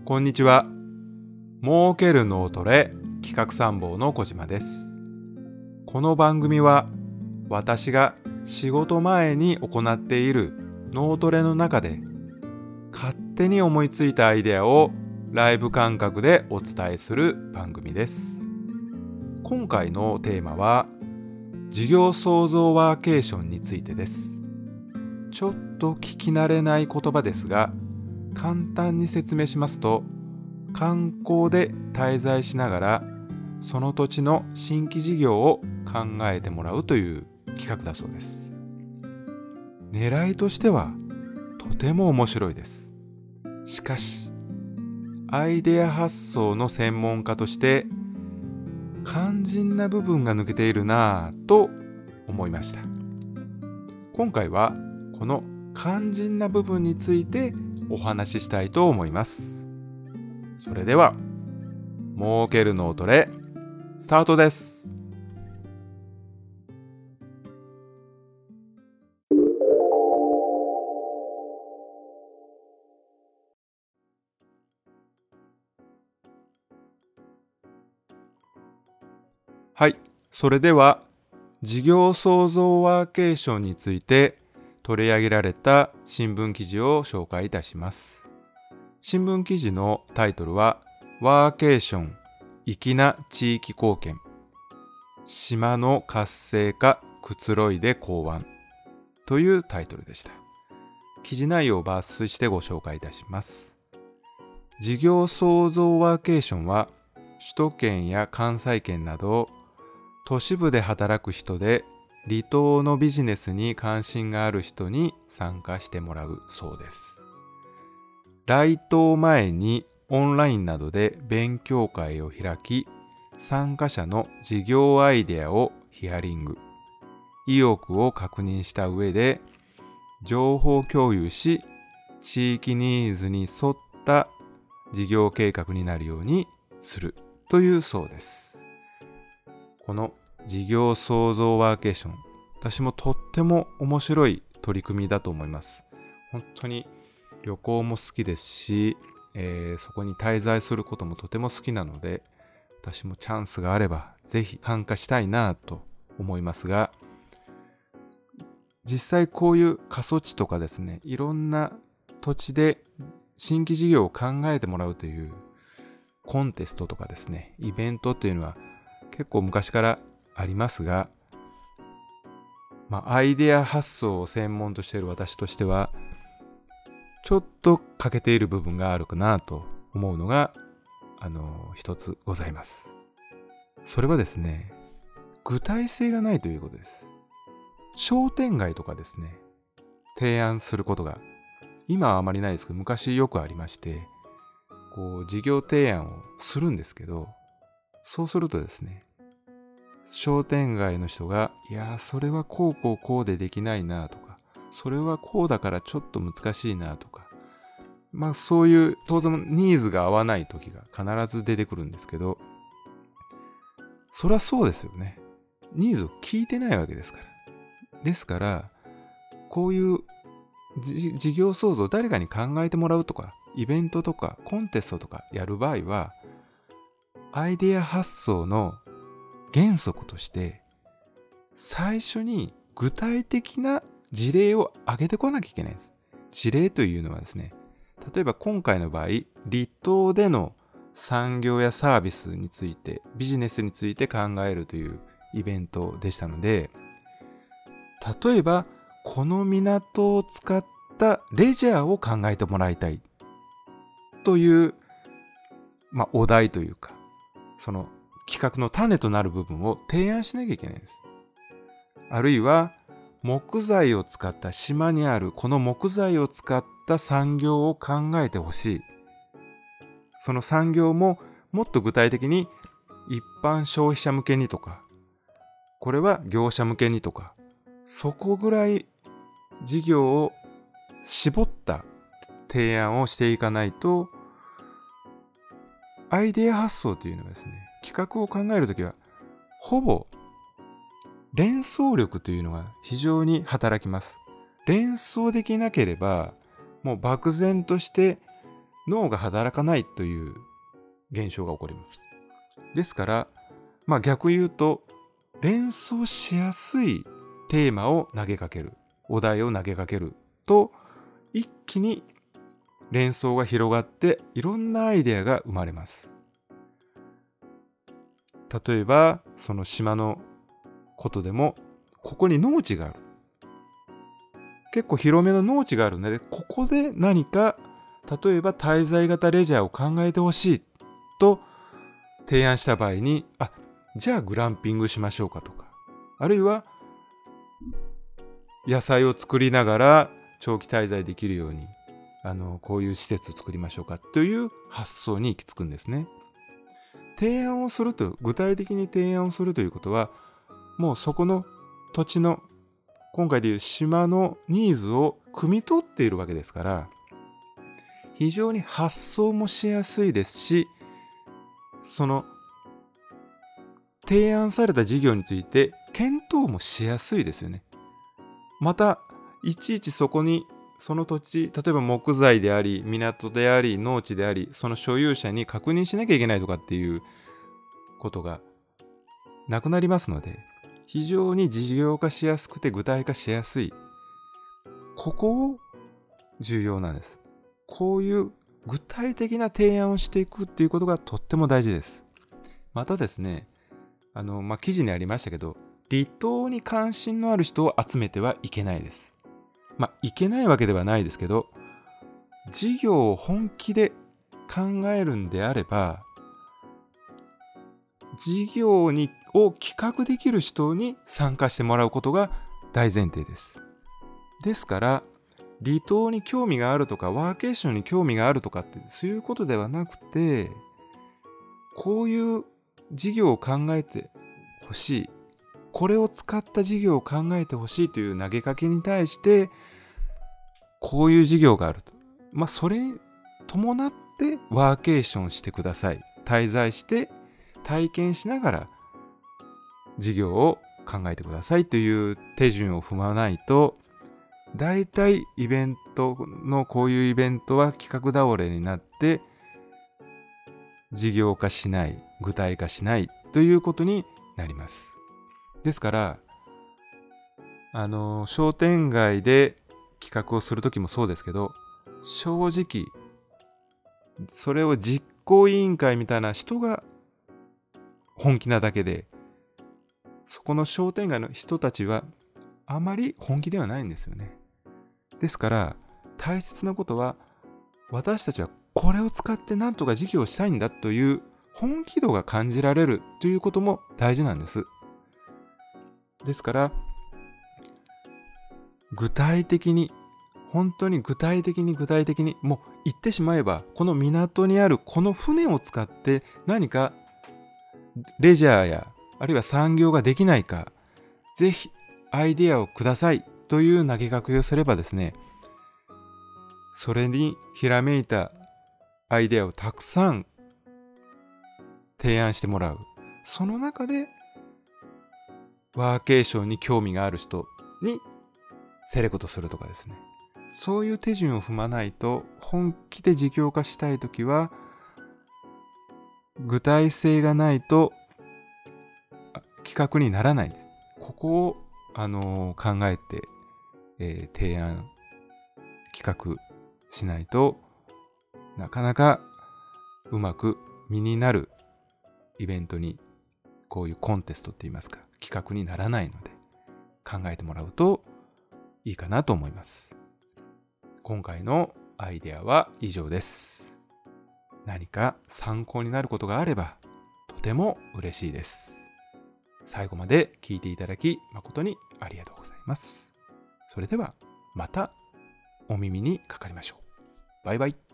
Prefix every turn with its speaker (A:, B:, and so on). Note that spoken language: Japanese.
A: こんにちは。儲ける脳トレ企画参謀の小島です。この番組は私が仕事前に行っている脳トレの中で勝手に思いついたアイデアをライブ感覚でお伝えする番組です。今回のテーマは事業創造ワーケーションについてです。ちょっと聞き慣れない言葉ですが、簡単に説明しますと、観光で滞在しながらその土地の新規事業を考えてもらうという企画だそうです。狙いとしてはとても面白いです。しかし、アイデア発想の専門家として肝心な部分が抜けているなぁと思いました。今回はこの肝心な部分についてお話ししたいと思います。それでは儲ける脳トレスタートです。はい、それでは事業創造ワーケーションについて取り上げられた新聞記事を紹介いたします。新聞記事のタイトルはワーケーション粋な地域貢献、島の活性化くつろいで考案というタイトルでした。記事内容を抜粋してご紹介いたします。事業創造ワーケーションは首都圏や関西圏など都市部で働く人で離島のビジネスに関心がある人に参加してもらうそうです。来島前にオンラインなどで勉強会を開き、参加者の事業アイデアをヒアリング、意欲を確認した上で情報共有し、地域ニーズに沿った事業計画になるようにするというそうです。この事業創造ワーケーション、私もとっても面白い取り組みだと思います。本当に旅行も好きですし、そこに滞在することもとても好きなので、私もチャンスがあればぜひ参加したいなと思いますが、実際こういう過疎地とかですね、いろんな土地で新規事業を考えてもらうというコンテストとかですね、イベントっていうのは結構昔からありますが、アイデア発想を専門としている私としてはちょっと欠けている部分があるかなと思うのが一つございます。それはですね、具体性がないということです。商店街とかですね、提案することが今はあまりないですけど、昔よくありまして、事業提案をするんですけど、そうするとですね、商店街の人が、いやそれはこうでできないなとか、それはこうだからちょっと難しいなとか、そういう当然ニーズが合わない時が必ず出てくるんですけど、そりゃそうですよね。ニーズを聞いてないわけですから。ですから、こういう事業創造を誰かに考えてもらうとか、イベントとかコンテストとかやる場合は、アイデア発想の原則として最初に具体的な事例を挙げてこなきゃいけないんです。事例というのはですね、例えば今回の場合、離島での産業やサービスについて、ビジネスについて考えるというイベントでしたので、例えばこの港を使ったレジャーを考えてもらいたいという、お題というか、その企画の種となる部分を提案しなきゃいけないんです。あるいは木材を使った島にあるこの木材を使った産業を考えてほしい。その産業ももっと具体的に一般消費者向けにとか、これは業者向けにとか、そこぐらい事業を絞った提案をしていかないと、アイデア発想というのはですね、企画を考えるときはほぼ連想力というのが非常に働きます。連想できなければもう漠然として脳が働かないという現象が起こります。ですから、逆言うと、連想しやすいテーマを投げかける、お題を投げかけると、一気に連想が広がっていろんなアイデアが生まれます。例えば、その島のことでも、ここに農地がある。結構広めの農地があるので、ここで何か、例えば滞在型レジャーを考えてほしいと提案した場合に、じゃあグランピングしましょうかとか、あるいは野菜を作りながら長期滞在できるように、こういう施設を作りましょうかという発想に行き着くんですね。提案をすると、具体的に提案をするということは、もうそこの土地の、今回でいう島のニーズを汲み取っているわけですから、非常に発想もしやすいですし、その提案された事業について検討もしやすいですよね。また、いちいちそこにその土地、例えば木材であり、港であり、農地であり、その所有者に確認しなきゃいけないとかっていうことがなくなりますので、非常に事業化しやすくて具体化しやすい。ここを重要なんです。こういう具体的な提案をしていくっていうことがとっても大事です。またですね、記事にありましたけど、離島に関心のある人を集めてはいけないです。いけないわけではないですけど、事業を本気で考えるんであれば、事業を企画できる人に参加してもらうことが大前提です。ですから、離島に興味があるとか、ワーケーションに興味があるとかって、そういうことではなくて、こういう事業を考えてほしい。これを使った事業を考えてほしいという投げかけに対して、こういう事業があると。それに伴ってワーケーションしてください。滞在して体験しながら事業を考えてくださいという手順を踏まないと、だいたいイベントのこういうイベントは企画倒れになって事業化しない、具体化しないということになります。ですから、商店街で企画をするときもそうですけど、正直、それを実行委員会みたいな人が本気なだけで、そこの商店街の人たちはあまり本気ではないんですよね。ですから、大切なことは、私たちはこれを使って何とか事業をしたいんだという本気度が感じられるということも大事なんです。ですから、具体的に、本当に具体的に、もう言ってしまえば、この港にあるこの船を使って何かレジャーや、あるいは産業ができないか、ぜひアイデアをくださいという投げかけをすればですね、それにひらめいたアイデアをたくさん提案してもらう。その中でワーケーションに興味がある人にセレクトするとかですね。そういう手順を踏まないと、本気で事業化したいときは、具体性がないと企画にならないんです。ここを、考えて、提案、企画しないとなかなかうまく身になるイベントに、こういうコンテストって言いますか、企画にならないので考えてもらうといいかなと思います。今回のアイデアは以上です。何か参考になることがあればとても嬉しいです。最後まで聞いていただき誠にありがとうございます。それではまたお耳にかかりましょう。バイバイ。